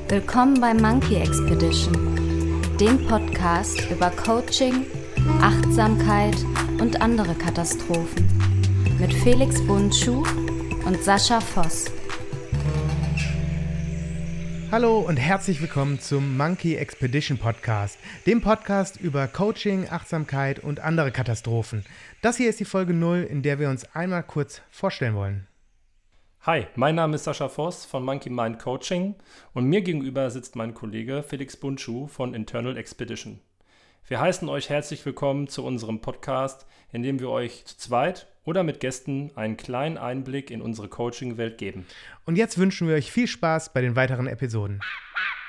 Willkommen bei Monkey Expedition, dem Podcast über Coaching, Achtsamkeit und andere Katastrophen mit Felix Bundschuh und Sascha Voss. Hallo und herzlich willkommen zum Monkey Expedition Podcast, dem Podcast über Coaching, Achtsamkeit und andere Katastrophen. Das hier ist die Folge 0, in der wir uns einmal kurz vorstellen wollen. Hi, mein Name ist Sascha Voss von Monkey Mind Coaching und mir gegenüber sitzt mein Kollege Felix Bundschuh von Internal Expedition. Wir heißen euch herzlich willkommen zu unserem Podcast, in dem wir euch zu zweit oder mit Gästen einen kleinen Einblick in unsere Coaching-Welt geben. Und jetzt wünschen wir euch viel Spaß bei den weiteren Episoden.